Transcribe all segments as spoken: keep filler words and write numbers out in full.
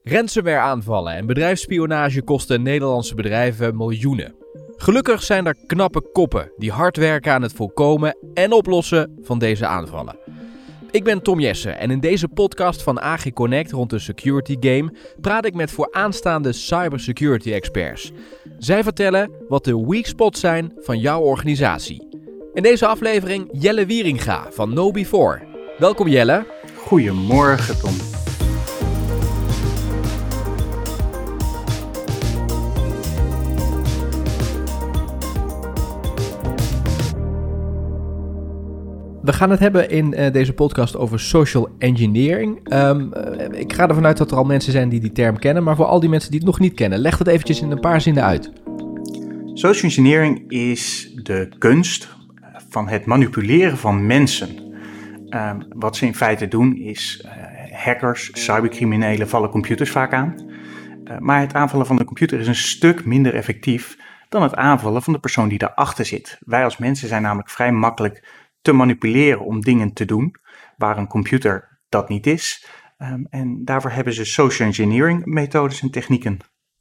Ransomware-aanvallen en bedrijfsspionage kosten Nederlandse bedrijven miljoenen. Gelukkig zijn er knappe koppen die hard werken aan het voorkomen en oplossen van deze aanvallen. Ik ben Tom Jessen en in deze podcast van A G Connect rond de security game praat ik met vooraanstaande cybersecurity experts. Zij vertellen wat de weak spots zijn van jouw organisatie. In deze aflevering Jelle Wieringa van Know Before. Welkom Jelle. Goedemorgen Tom. We gaan het hebben in uh, deze podcast over social engineering. Um, uh, ik ga ervan uit dat er al mensen zijn die die term kennen, maar voor al die mensen die het nog niet kennen, leg dat eventjes in een paar zinnen uit. Social engineering is de kunst van het manipuleren van mensen. Um, wat ze in feite doen is, uh, hackers, cybercriminelen vallen computers vaak aan. Uh, maar het aanvallen van de computer is een stuk minder effectief dan het aanvallen van de persoon die daarachter zit. Wij als mensen zijn namelijk vrij makkelijk te manipuleren om dingen te doen waar een computer dat niet is. Um, en daarvoor hebben ze social engineering methodes en technieken.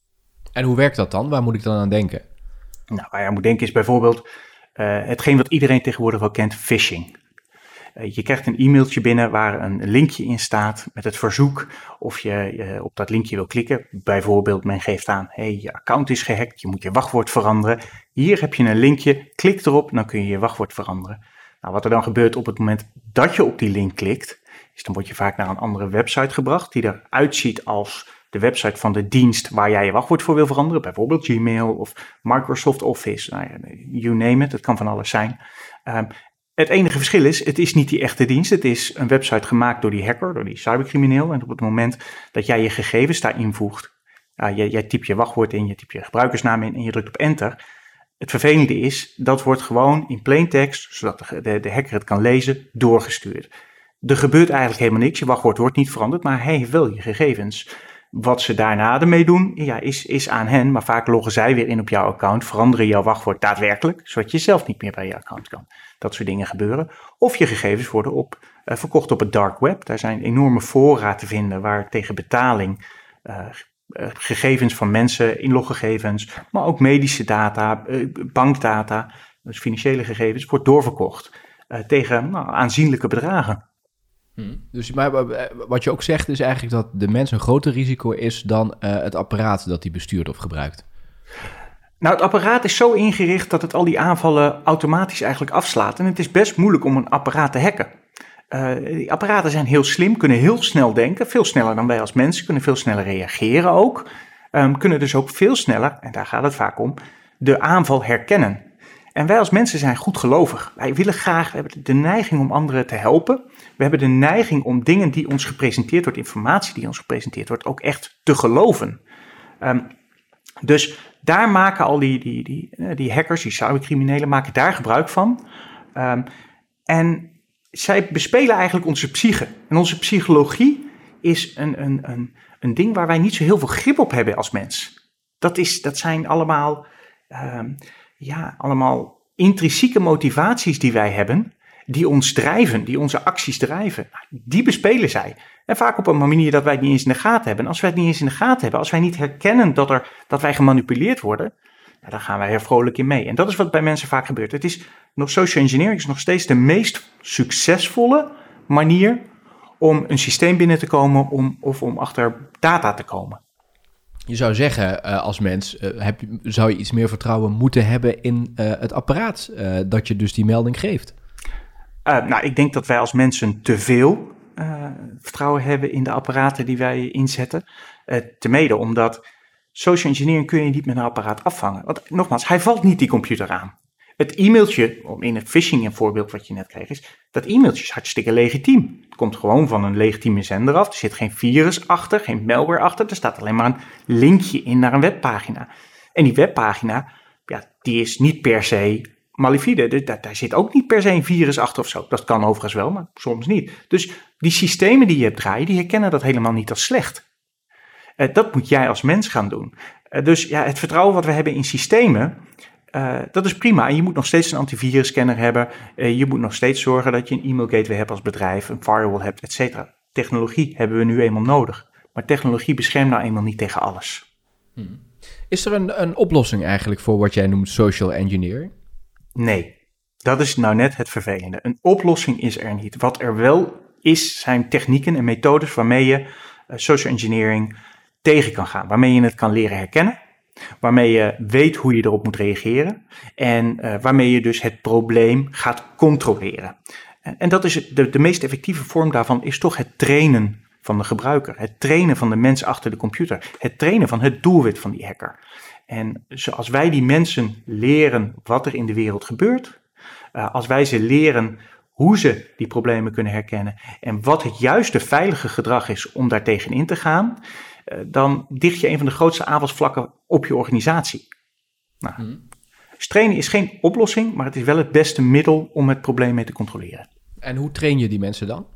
En hoe werkt dat dan? Waar moet ik dan aan denken? Nou, waar je aan moet denken is bijvoorbeeld uh, hetgeen wat iedereen tegenwoordig wel kent, phishing. Uh, je krijgt een e-mailtje binnen waar een linkje in staat met het verzoek of je uh, op dat linkje wil klikken. Bijvoorbeeld men geeft aan, hey, je account is gehackt, je moet je wachtwoord veranderen. Hier heb je een linkje, klik erop, dan kun je je wachtwoord veranderen. Nou, wat er dan gebeurt op het moment dat je op die link klikt, is dan word je vaak naar een andere website gebracht die eruit ziet als de website van de dienst waar jij je wachtwoord voor wil veranderen. Bijvoorbeeld Gmail of Microsoft Office, nou ja, you name it, het kan van alles zijn. Um, het enige verschil is, het is niet die echte dienst, het is een website gemaakt door die hacker, door die cybercrimineel. En op het moment dat jij je gegevens daar invoegt, uh, jij, jij typt je wachtwoord in, je typt je gebruikersnaam in en je drukt op enter. Het vervelende is, dat wordt gewoon in plain text, zodat de, de, de hacker het kan lezen, doorgestuurd. Er gebeurt eigenlijk helemaal niks, je wachtwoord wordt niet veranderd, maar hij heeft wel je gegevens. Wat ze daarna ermee doen, ja, is, is aan hen, maar vaak loggen zij weer in op jouw account, veranderen jouw wachtwoord daadwerkelijk, zodat je zelf niet meer bij je account kan. Dat soort dingen gebeuren. Of je gegevens worden op, uh, verkocht op het dark web. Daar zijn enorme fora te vinden waar tegen betaling uh, Uh, gegevens van mensen, inloggegevens, maar ook medische data, uh, bankdata, dus financiële gegevens, wordt doorverkocht uh, tegen nou, aanzienlijke bedragen. Hmm. Dus maar, wat je ook zegt is eigenlijk dat de mens een groter risico is dan uh, het apparaat dat hij bestuurt of gebruikt. Nou, het apparaat is zo ingericht dat het al die aanvallen automatisch eigenlijk afslaat. En het is best moeilijk om een apparaat te hacken. Uh, die apparaten zijn heel slim, kunnen heel snel denken, veel sneller dan wij als mensen, kunnen veel sneller reageren ook. Um, kunnen dus ook veel sneller, en daar gaat het vaak om, de aanval herkennen. En wij als mensen zijn goedgelovig. Wij willen graag, we hebben de neiging om anderen te helpen. We hebben de neiging om dingen die ons gepresenteerd wordt, informatie die ons gepresenteerd wordt, ook echt te geloven. Um, dus daar maken al die, die, die, die hackers, die cybercriminelen, maken daar gebruik van. Um, en zij bespelen eigenlijk onze psyche. En onze psychologie is een, een, een, een ding waar wij niet zo heel veel grip op hebben als mens. Dat, is, dat zijn allemaal, um, ja, allemaal intrinsieke motivaties die wij hebben, die ons drijven, die onze acties drijven. Die bespelen zij. En vaak op een manier dat wij het niet eens in de gaten hebben. En als wij het niet eens in de gaten hebben, als wij niet herkennen dat, er, dat wij gemanipuleerd worden, ja, dan gaan wij er vrolijk in mee. En dat is wat bij mensen vaak gebeurt. Het is nog, social engineering is nog steeds de meest succesvolle manier om een systeem binnen te komen om, of om achter data te komen. Je zou zeggen, uh, als mens, uh, heb je, zou je iets meer vertrouwen moeten hebben in uh, het apparaat, uh, dat je dus die melding geeft? Uh, nou, ik denk dat wij als mensen te veel uh, vertrouwen hebben in de apparaten die wij inzetten. Uh, te mede omdat social engineering kun je niet met een apparaat afvangen. Want nogmaals, hij valt niet die computer aan. Het e-mailtje, in het phishing voorbeeld wat je net kreeg, is dat e-mailtje is hartstikke legitiem. Het komt gewoon van een legitieme zender af. Er zit geen virus achter, geen malware achter. Er staat alleen maar een linkje in naar een webpagina. En die webpagina, ja, die is niet per se malafide. Dus daar, daar zit ook niet per se een virus achter of zo. Dat kan overigens wel, maar soms niet. Dus die systemen die je hebt draaien, die herkennen dat helemaal niet als slecht. Uh, dat moet jij als mens gaan doen. Uh, dus ja, het vertrouwen wat we hebben in systemen, Uh, dat is prima. En je moet nog steeds een antivirusscanner hebben. Uh, je moet nog steeds zorgen dat je een e-mail gateway hebt als bedrijf, een firewall hebt, et cetera. Technologie hebben we nu eenmaal nodig. Maar technologie beschermt nou eenmaal niet tegen alles. Hmm. Is er een, een oplossing eigenlijk voor wat jij noemt social engineering? Nee, dat is nou net het vervelende. Een oplossing is er niet. Wat er wel is, zijn technieken en methodes waarmee je uh, social engineering tegen kan gaan. Waarmee je het kan leren herkennen. Waarmee je weet hoe je erop moet reageren. En uh, waarmee je dus het probleem gaat controleren. En dat is de, de meest effectieve vorm daarvan is toch het trainen van de gebruiker. Het trainen van de mens achter de computer. Het trainen van het doelwit van die hacker. En zoals wij die mensen leren wat er in de wereld gebeurt. Uh, als wij ze leren hoe ze die problemen kunnen herkennen. En wat het juiste veilige gedrag is om daar tegenin te gaan. Uh, dan dicht je een van de grootste aanvalsvlakken op je organisatie. Nou, hmm. Dus trainen is geen oplossing, maar het is wel het beste middel om het probleem mee te controleren. En hoe train je die mensen dan?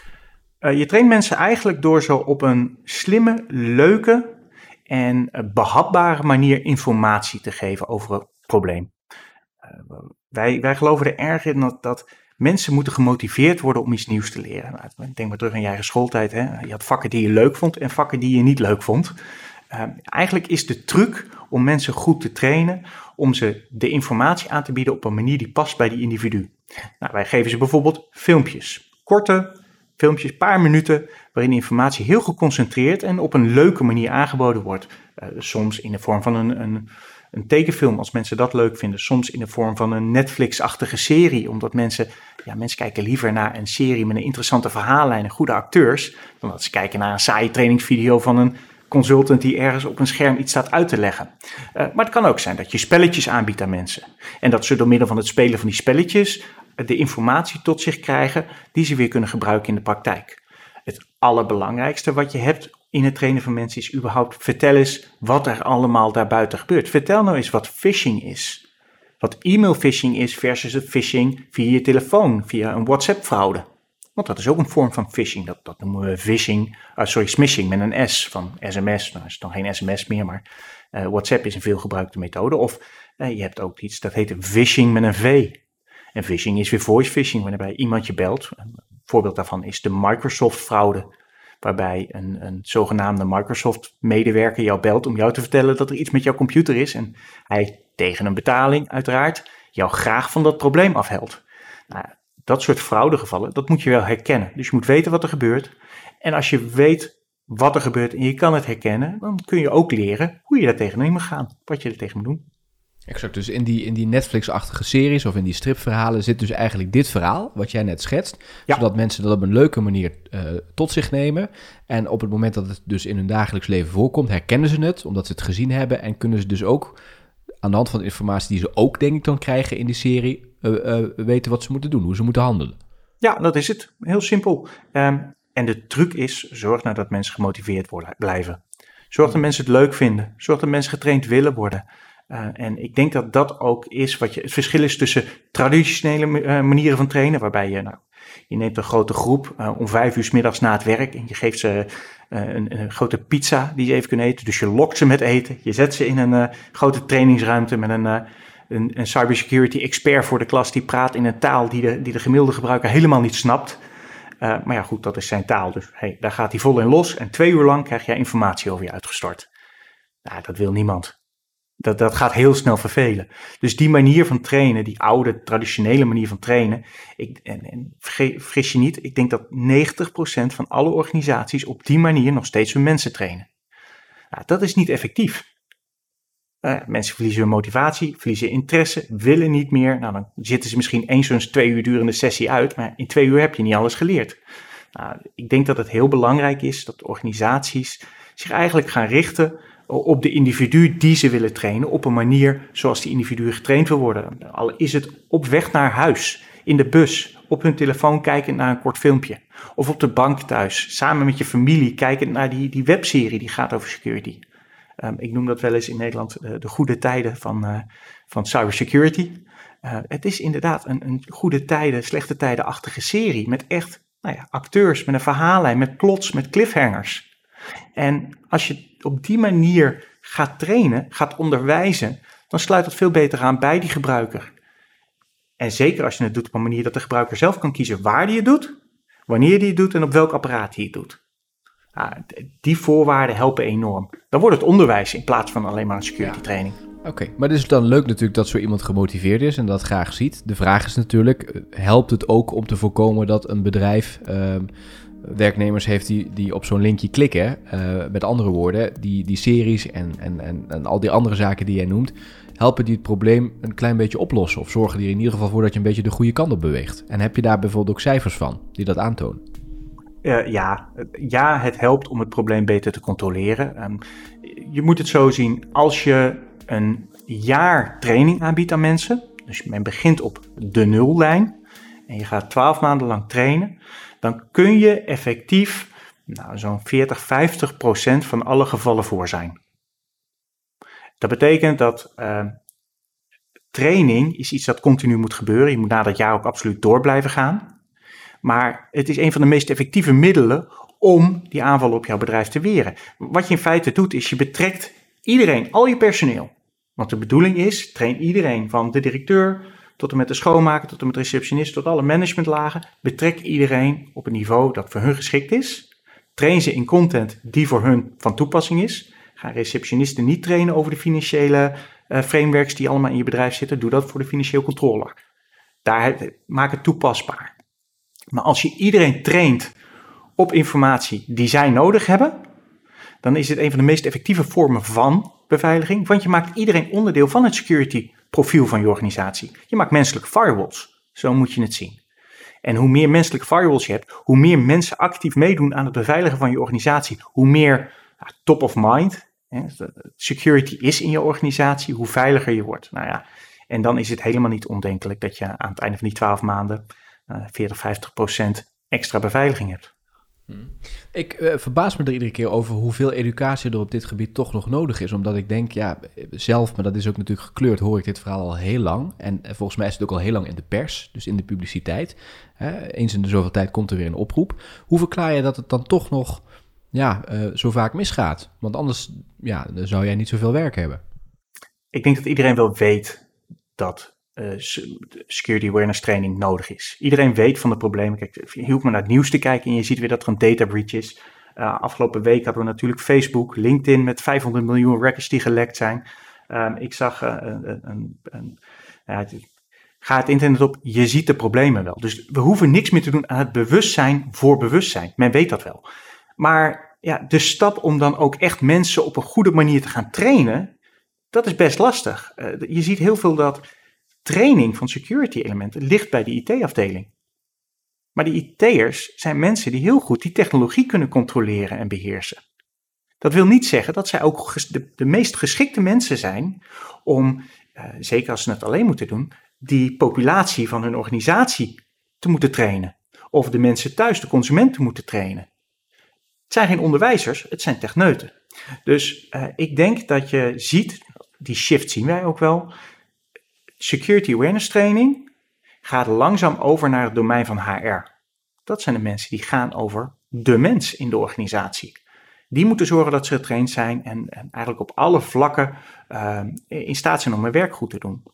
Uh, je traint mensen eigenlijk door zo op een slimme, leuke en uh, behapbare manier informatie te geven over het probleem. Uh, wij, wij geloven er erg in dat, dat mensen moeten gemotiveerd worden om iets nieuws te leren. Nou, denk maar terug aan je eigen schooltijd. Hè? Je had vakken die je leuk vond en vakken die je niet leuk vond. Uh, eigenlijk is de truc om mensen goed te trainen, om ze de informatie aan te bieden op een manier die past bij die individu. Nou, wij geven ze bijvoorbeeld filmpjes. Korte filmpjes, een paar minuten, waarin informatie heel geconcentreerd en op een leuke manier aangeboden wordt. Uh, soms in de vorm van een, een, een tekenfilm, als mensen dat leuk vinden. Soms in de vorm van een Netflix-achtige serie, omdat mensen, ja, mensen kijken liever naar een serie met een interessante verhaallijn en goede acteurs, dan dat ze kijken naar een saaie trainingsvideo van een consultant die ergens op een scherm iets staat uit te leggen. Uh, maar het kan ook zijn dat je spelletjes aanbiedt aan mensen. En dat ze door middel van het spelen van die spelletjes de informatie tot zich krijgen die ze weer kunnen gebruiken in de praktijk. Het allerbelangrijkste wat je hebt in het trainen van mensen is überhaupt vertel eens wat er allemaal daarbuiten gebeurt. Vertel nou eens wat phishing is. Wat e-mail phishing is versus het phishing via je telefoon, via een WhatsApp fraude. Want dat is ook een vorm van phishing. Dat, dat noemen we phishing, uh, sorry, smishing met een S van sms. Nou is het dan geen sms meer, maar uh, WhatsApp is een veelgebruikte methode. Of uh, je hebt ook iets dat heet phishing met een V. En phishing is weer voice phishing, waarbij iemand je belt. Een voorbeeld daarvan is de Microsoft-fraude, waarbij een, een zogenaamde Microsoft-medewerker jou belt om jou te vertellen dat er iets met jouw computer is. En hij tegen een betaling uiteraard jou graag van dat probleem afhelpt. Nou, dat soort fraudegevallen, dat moet je wel herkennen. Dus je moet weten wat er gebeurt. En als je weet wat er gebeurt en je kan het herkennen, dan kun je ook leren hoe je daar tegenin moet gaan, wat je er tegen moet doen. Exact, dus in die, in die Netflix-achtige series of in die stripverhalen zit dus eigenlijk dit verhaal, wat jij net schetst, ja. Zodat mensen dat op een leuke manier uh, tot zich nemen. En op het moment dat het dus in hun dagelijks leven voorkomt, herkennen ze het, omdat ze het gezien hebben en kunnen ze dus ook aan de hand van de informatie die ze ook, denk ik, dan krijgen in die serie, uh, uh, weten wat ze moeten doen, hoe ze moeten handelen. Ja, dat is het. Heel simpel. Um, en de truc is, zorg nou dat mensen gemotiveerd worden, blijven. Zorg dat mensen het leuk vinden. Zorg dat mensen getraind willen worden. Uh, en ik denk dat dat ook is wat je, het verschil is tussen traditionele uh, manieren van trainen, waarbij je, nou, je neemt een grote groep uh, om vijf uur 's middags na het werk en je geeft ze uh, een, een grote pizza die ze even kunnen eten. Dus je lokt ze met eten, je zet ze in een uh, grote trainingsruimte met een, uh, een, een cybersecurity expert voor de klas die praat in een taal die de, die de gemiddelde gebruiker helemaal niet snapt. Uh, maar ja goed, dat is zijn taal, dus hey, daar gaat hij vol in los en twee uur lang krijg jij informatie over je uitgestort. Nou, dat wil niemand. Dat, dat gaat heel snel vervelen. Dus die manier van trainen, die oude traditionele manier van trainen, ik, en, en vergis je niet, ik denk dat negentig procent van alle organisaties op die manier nog steeds hun mensen trainen. Nou, dat is niet effectief. Uh, mensen verliezen hun motivatie, verliezen interesse, willen niet meer. Nou, dan zitten ze misschien eens zo'n twee uur durende sessie uit, maar in twee uur heb je niet alles geleerd. Nou, ik denk dat het heel belangrijk is dat organisaties zich eigenlijk gaan richten op de individu die ze willen trainen, op een manier zoals die individu getraind wil worden. Al is het op weg naar huis, in de bus, op hun telefoon kijkend naar een kort filmpje. Of op de bank thuis, samen met je familie, kijkend naar die, die webserie die gaat over security. Um, ik noem dat wel eens in Nederland uh, de goede tijden van, uh, van cybersecurity. Uh, het is inderdaad een, een goede tijden, slechte tijden-achtige serie met echt nou ja, acteurs, met een verhaallijn, met plots, met cliffhangers. En als je op die manier gaat trainen, gaat onderwijzen, dan sluit dat veel beter aan bij die gebruiker. En zeker als je het doet op een manier dat de gebruiker zelf kan kiezen waar die het doet, wanneer die het doet en op welk apparaat hij het doet. Nou, die voorwaarden helpen enorm. Dan wordt het onderwijs in plaats van alleen maar een security ja. training. Oké, okay, maar het is dan leuk natuurlijk dat zo iemand gemotiveerd is en dat graag ziet. De vraag is natuurlijk, helpt het ook om te voorkomen dat een bedrijf uh, werknemers heeft die, die op zo'n linkje klikken? Uh, met andere woorden, die, die series en, en, en, en al die andere zaken die jij noemt, helpen die het probleem een klein beetje oplossen? Of zorgen die er in ieder geval voor dat je een beetje de goede kant op beweegt? En heb je daar bijvoorbeeld ook cijfers van die dat aantonen? Uh, ja. ja, het helpt om het probleem beter te controleren. Um, je moet het zo zien, als je een jaar training aanbiedt aan mensen, dus men begint op de nullijn en je gaat twaalf maanden lang trainen, dan kun je effectief nou, zo'n veertig, vijftig procent van alle gevallen voor zijn. Dat betekent dat uh, training is iets dat continu moet gebeuren. Je moet na dat jaar ook absoluut door blijven gaan. Maar het is een van de meest effectieve middelen om die aanvallen op jouw bedrijf te weren. Wat je in feite doet, is je betrekt iedereen, al je personeel. Want de bedoeling is, train iedereen van de directeur tot en met de schoonmaker, tot en met de receptionist, tot alle managementlagen. Betrek iedereen op een niveau dat voor hun geschikt is. Train ze in content die voor hun van toepassing is. Ga receptionisten niet trainen over de financiële uh, frameworks die allemaal in je bedrijf zitten. Doe dat voor de financieel controller. Daar, maak het toepasbaar. Maar als je iedereen traint op informatie die zij nodig hebben, dan is het een van de meest effectieve vormen van beveiliging, want je maakt iedereen onderdeel van het security profiel van je organisatie. Je maakt menselijke firewalls, zo moet je het zien. En hoe meer menselijke firewalls je hebt, hoe meer mensen actief meedoen aan het beveiligen van je organisatie, hoe meer nou, top of mind, hè, security is in je organisatie, hoe veiliger je wordt. Nou ja, en dan is het helemaal niet ondenkelijk dat je aan het einde van die twaalf maanden uh, veertig, vijftig procent extra beveiliging hebt. Ik uh, verbaas me er iedere keer over hoeveel educatie er op dit gebied toch nog nodig is. Omdat ik denk, ja, zelf, maar dat is ook natuurlijk gekleurd, hoor ik dit verhaal al heel lang. En uh, volgens mij is het ook al heel lang in de pers, dus in de publiciteit. Uh, eens in de zoveel tijd komt er weer een oproep. Hoe verklaar je dat het dan toch nog ja, uh, zo vaak misgaat? Want anders ja, dan zou jij niet zoveel werk hebben. Ik denk dat iedereen wel weet dat Uh, security awareness training nodig is. Iedereen weet van de problemen. Kijk, je hielp me naar het nieuws te kijken en je ziet weer dat er een data breach is. Uh, afgelopen week hadden we natuurlijk Facebook, LinkedIn met vijfhonderd miljoen records die gelekt zijn. Um, ik zag uh, een, een, een uh, ga het internet op, je ziet de problemen wel. Dus we hoeven niks meer te doen aan het bewustzijn voor bewustzijn. Men weet dat wel. Maar ja, de stap om dan ook echt mensen op een goede manier te gaan trainen, dat is best lastig. Uh, je ziet heel veel dat training van security elementen ligt bij de I T-afdeling. Maar die I T'ers zijn mensen die heel goed die technologie kunnen controleren en beheersen. Dat wil niet zeggen dat zij ook de, de meest geschikte mensen zijn om, uh, zeker als ze het alleen moeten doen, die populatie van hun organisatie te moeten trainen. Of de mensen thuis, de consument, te moeten trainen. Het zijn geen onderwijzers, het zijn techneuten. Dus uh, ik denk dat je ziet, die shift zien wij ook wel, security awareness training gaat langzaam over naar het domein van H R. Dat zijn de mensen die gaan over de mens in de organisatie. Die moeten zorgen dat ze getraind zijn en, en eigenlijk op alle vlakken uh, in staat zijn om hun werk goed te doen.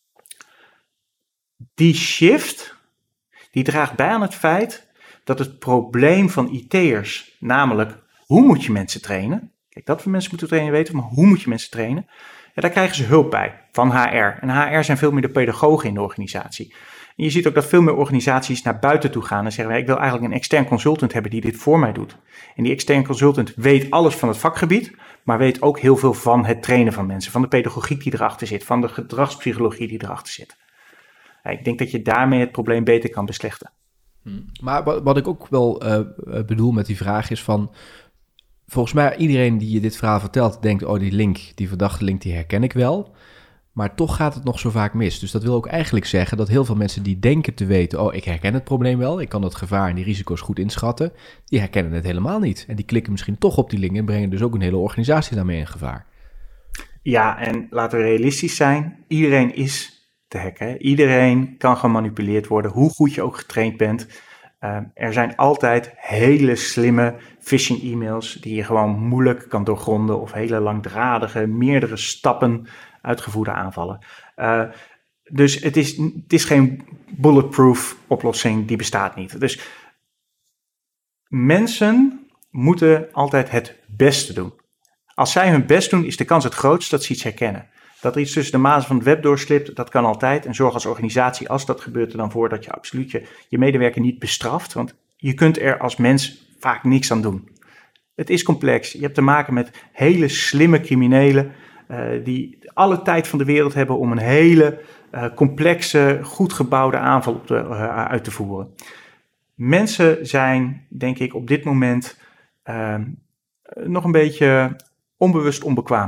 Die shift, die draagt bij aan het feit dat het probleem van I T'ers, namelijk hoe moet je mensen trainen, kijk, dat we mensen moeten trainen weten, maar hoe moet je mensen trainen, ja, daar krijgen ze hulp bij van H R. En H R zijn veel meer de pedagogen in de organisatie. En je ziet ook dat veel meer organisaties naar buiten toe gaan en zeggen, ik wil eigenlijk een extern consultant hebben die dit voor mij doet. En die extern consultant weet alles van het vakgebied, maar weet ook heel veel van het trainen van mensen, van de pedagogiek die erachter zit, van de gedragspsychologie die erachter zit. Ja, ik denk dat je daarmee het probleem beter kan beslechten. Maar wat, wat ik ook wel uh, bedoel met die vraag is van, volgens mij iedereen die je dit verhaal vertelt denkt, oh die link, die verdachte link, die herken ik wel. Maar toch gaat het nog zo vaak mis. Dus dat wil ook eigenlijk zeggen dat heel veel mensen die denken te weten, oh ik herken het probleem wel, ik kan het gevaar en die risico's goed inschatten, die herkennen het helemaal niet. En die klikken misschien toch op die link en brengen dus ook een hele organisatie daarmee in gevaar. Ja, en laten we realistisch zijn, iedereen is te hacken. Iedereen kan gemanipuleerd worden, hoe goed je ook getraind bent. Uh, er zijn altijd hele slimme phishing e-mails die je gewoon moeilijk kan doorgronden of hele langdradige, meerdere stappen uitgevoerde aanvallen. Uh, dus het is, het is geen bulletproof oplossing, die bestaat niet. Dus mensen moeten altijd het beste doen. Als zij hun best doen, is de kans het grootst dat ze iets herkennen. Dat er iets tussen de mazen van het web doorslipt, dat kan altijd. En zorg als organisatie, als dat gebeurt, er dan voor dat je absoluut je, je medewerker niet bestraft. Want je kunt er als mens vaak niks aan doen. Het is complex. Je hebt te maken met hele slimme criminelen uh, die alle tijd van de wereld hebben om een hele uh, complexe, goed gebouwde aanval op de, uh, uit te voeren. Mensen zijn, denk ik, op dit moment uh, nog een beetje onbewust onbekwaam.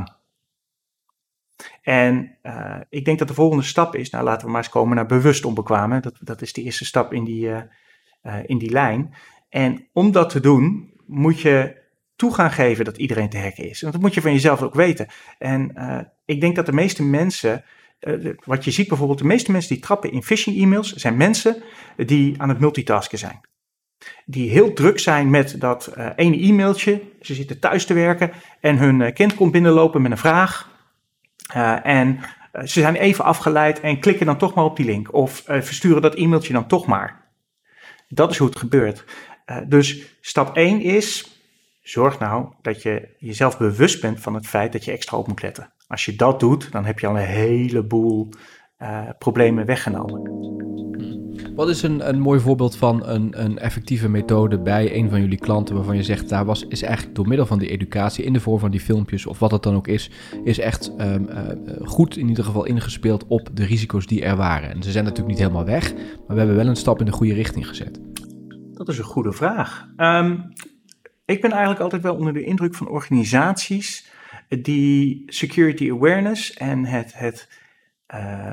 En uh, ik denk dat de volgende stap is, nou laten we maar eens komen naar bewust onbekwaam. Dat, dat is de eerste stap in die, uh, uh, in die lijn. En om dat te doen, moet je toe gaan geven dat iedereen te hacken is. Want dat moet je van jezelf ook weten. En uh, ik denk dat de meeste mensen, uh, wat je ziet bijvoorbeeld, de meeste mensen die trappen in phishing e-mails, zijn mensen die aan het multitasken zijn. Die heel druk zijn met dat uh, ene e-mailtje. Ze zitten thuis te werken en hun uh, kind komt binnenlopen met een vraag. Uh, en uh, ze zijn even afgeleid en klikken dan toch maar op die link. Of uh, versturen dat e-mailtje dan toch maar. Dat is hoe het gebeurt. Uh, dus stap één is, zorg nou dat je jezelf bewust bent van het feit dat je extra op moet letten. Als je dat doet, dan heb je al een heleboel uh, problemen weggenomen. Wat is een, een mooi voorbeeld van een, een effectieve methode bij een van jullie klanten waarvan je zegt, daar was, is eigenlijk door middel van die educatie in de vorm van die filmpjes of wat het dan ook is, is echt um, uh, goed in ieder geval ingespeeld op de risico's die er waren. En ze zijn natuurlijk niet helemaal weg, maar we hebben wel een stap in de goede richting gezet. Dat is een goede vraag. Um, ik ben eigenlijk altijd wel onder de indruk van organisaties die security awareness en het, het uh,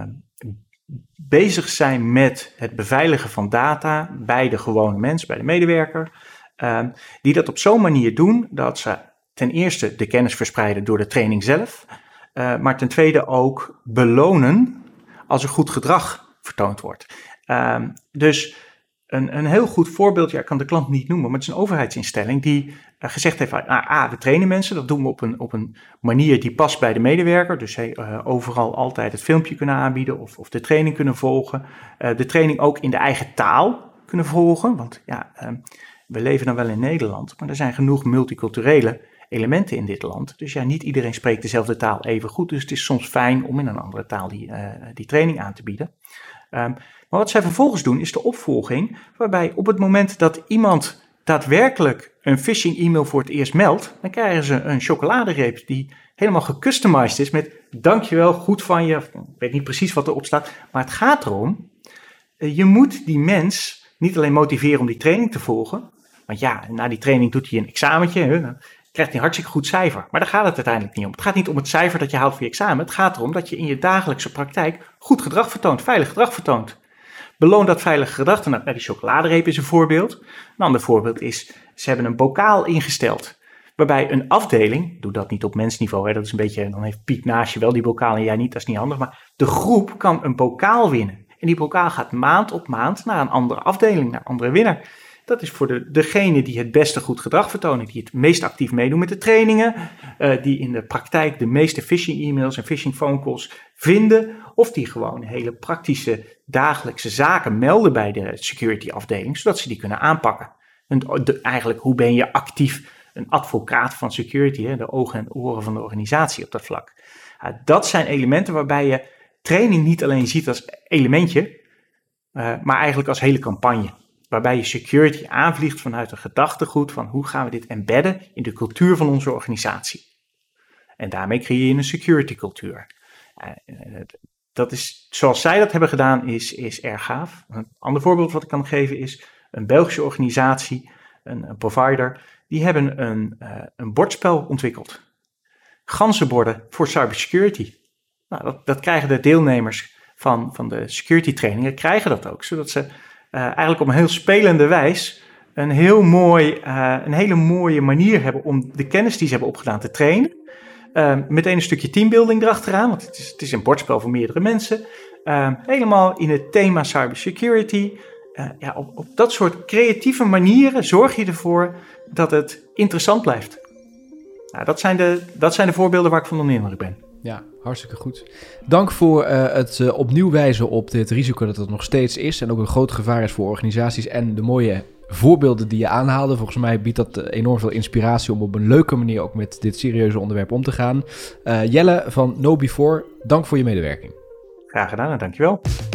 bezig zijn met het beveiligen van data bij de gewone mens, bij de medewerker, uh, die dat op zo'n manier doen dat ze ten eerste de kennis verspreiden door de training zelf, uh, maar ten tweede ook belonen als er goed gedrag vertoond wordt. Uh, dus Een, een heel goed voorbeeld, ja, ik kan de klant niet noemen, maar het is een overheidsinstelling die uh, gezegd heeft, ah, ah, we trainen mensen, dat doen we op een, op een manier die past bij de medewerker. Dus hey, uh, overal altijd het filmpje kunnen aanbieden of, of de training kunnen volgen. Uh, de training ook in de eigen taal kunnen volgen, want ja, uh, we leven dan wel in Nederland, maar er zijn genoeg multiculturele elementen in dit land. Dus ja, niet iedereen spreekt dezelfde taal even goed, dus het is soms fijn om in een andere taal die, uh, die training aan te bieden. Um, Maar wat zij vervolgens doen is de opvolging, waarbij op het moment dat iemand daadwerkelijk een phishing e-mail voor het eerst meldt, dan krijgen ze een chocoladereep die helemaal gecustomized is met dankjewel, goed van je. Ik weet niet precies wat erop staat, maar het gaat erom, je moet die mens niet alleen motiveren om die training te volgen, want ja, na die training doet hij een examentje, dan krijgt hij een hartstikke goed cijfer. Maar daar gaat het uiteindelijk niet om. Het gaat niet om het cijfer dat je haalt voor je examen, het gaat erom dat je in je dagelijkse praktijk goed gedrag vertoont, veilig gedrag vertoont. Beloon dat veilige gedrag. Nou, die chocoladereep is een voorbeeld. Een ander voorbeeld is, ze hebben een bokaal ingesteld. Waarbij een afdeling, doe dat niet op mensniveau, hè, dat is een beetje, dan heeft Piet naast je wel die bokaal en jij niet, dat is niet handig. Maar de groep kan een bokaal winnen. En die bokaal gaat maand op maand naar een andere afdeling, naar een andere winnaar. Dat is voor de, degene die het beste goed gedrag vertonen, die het meest actief meedoen met de trainingen, uh, die in de praktijk de meeste phishing e-mails en phishing phone calls vinden, of die gewoon hele praktische dagelijkse zaken melden bij de security afdeling, zodat ze die kunnen aanpakken. En de, eigenlijk, hoe ben je actief een advocaat van security, hè, de ogen en oren van de organisatie op dat vlak. Uh, dat zijn elementen waarbij je training niet alleen ziet als elementje, uh, maar eigenlijk als hele campagne. Waarbij je security aanvliegt vanuit een gedachtegoed van hoe gaan we dit embedden in de cultuur van onze organisatie. En daarmee creëer je een security cultuur. Uh, dat is, zoals zij dat hebben gedaan, is, is erg gaaf. Een ander voorbeeld wat ik kan geven is een Belgische organisatie, een, een provider, die hebben een, uh, een bordspel ontwikkeld. Ganzenborden voor cybersecurity. Nou, dat, dat krijgen de deelnemers van, van de security trainingen, krijgen dat ook, zodat ze Uh, eigenlijk op een heel spelende wijs een, heel mooi, uh, een hele mooie manier hebben om de kennis die ze hebben opgedaan te trainen. Uh, meteen een stukje teambuilding erachteraan, want het is, het is een bordspel voor meerdere mensen. Uh, helemaal in het thema cybersecurity. Uh, ja, op, op dat soort creatieve manieren zorg je ervoor dat het interessant blijft. Nou, dat zijn de, dat zijn de voorbeelden waar ik van onder de indruk ben. Ja, hartstikke goed. Dank voor uh, het uh, opnieuw wijzen op dit risico dat het nog steeds is en ook een groot gevaar is voor organisaties en de mooie voorbeelden die je aanhaalde. Volgens mij biedt dat enorm veel inspiratie om op een leuke manier ook met dit serieuze onderwerp om te gaan. Uh, Jelle van KnowBe4, dank voor je medewerking. Graag gedaan en dankjewel.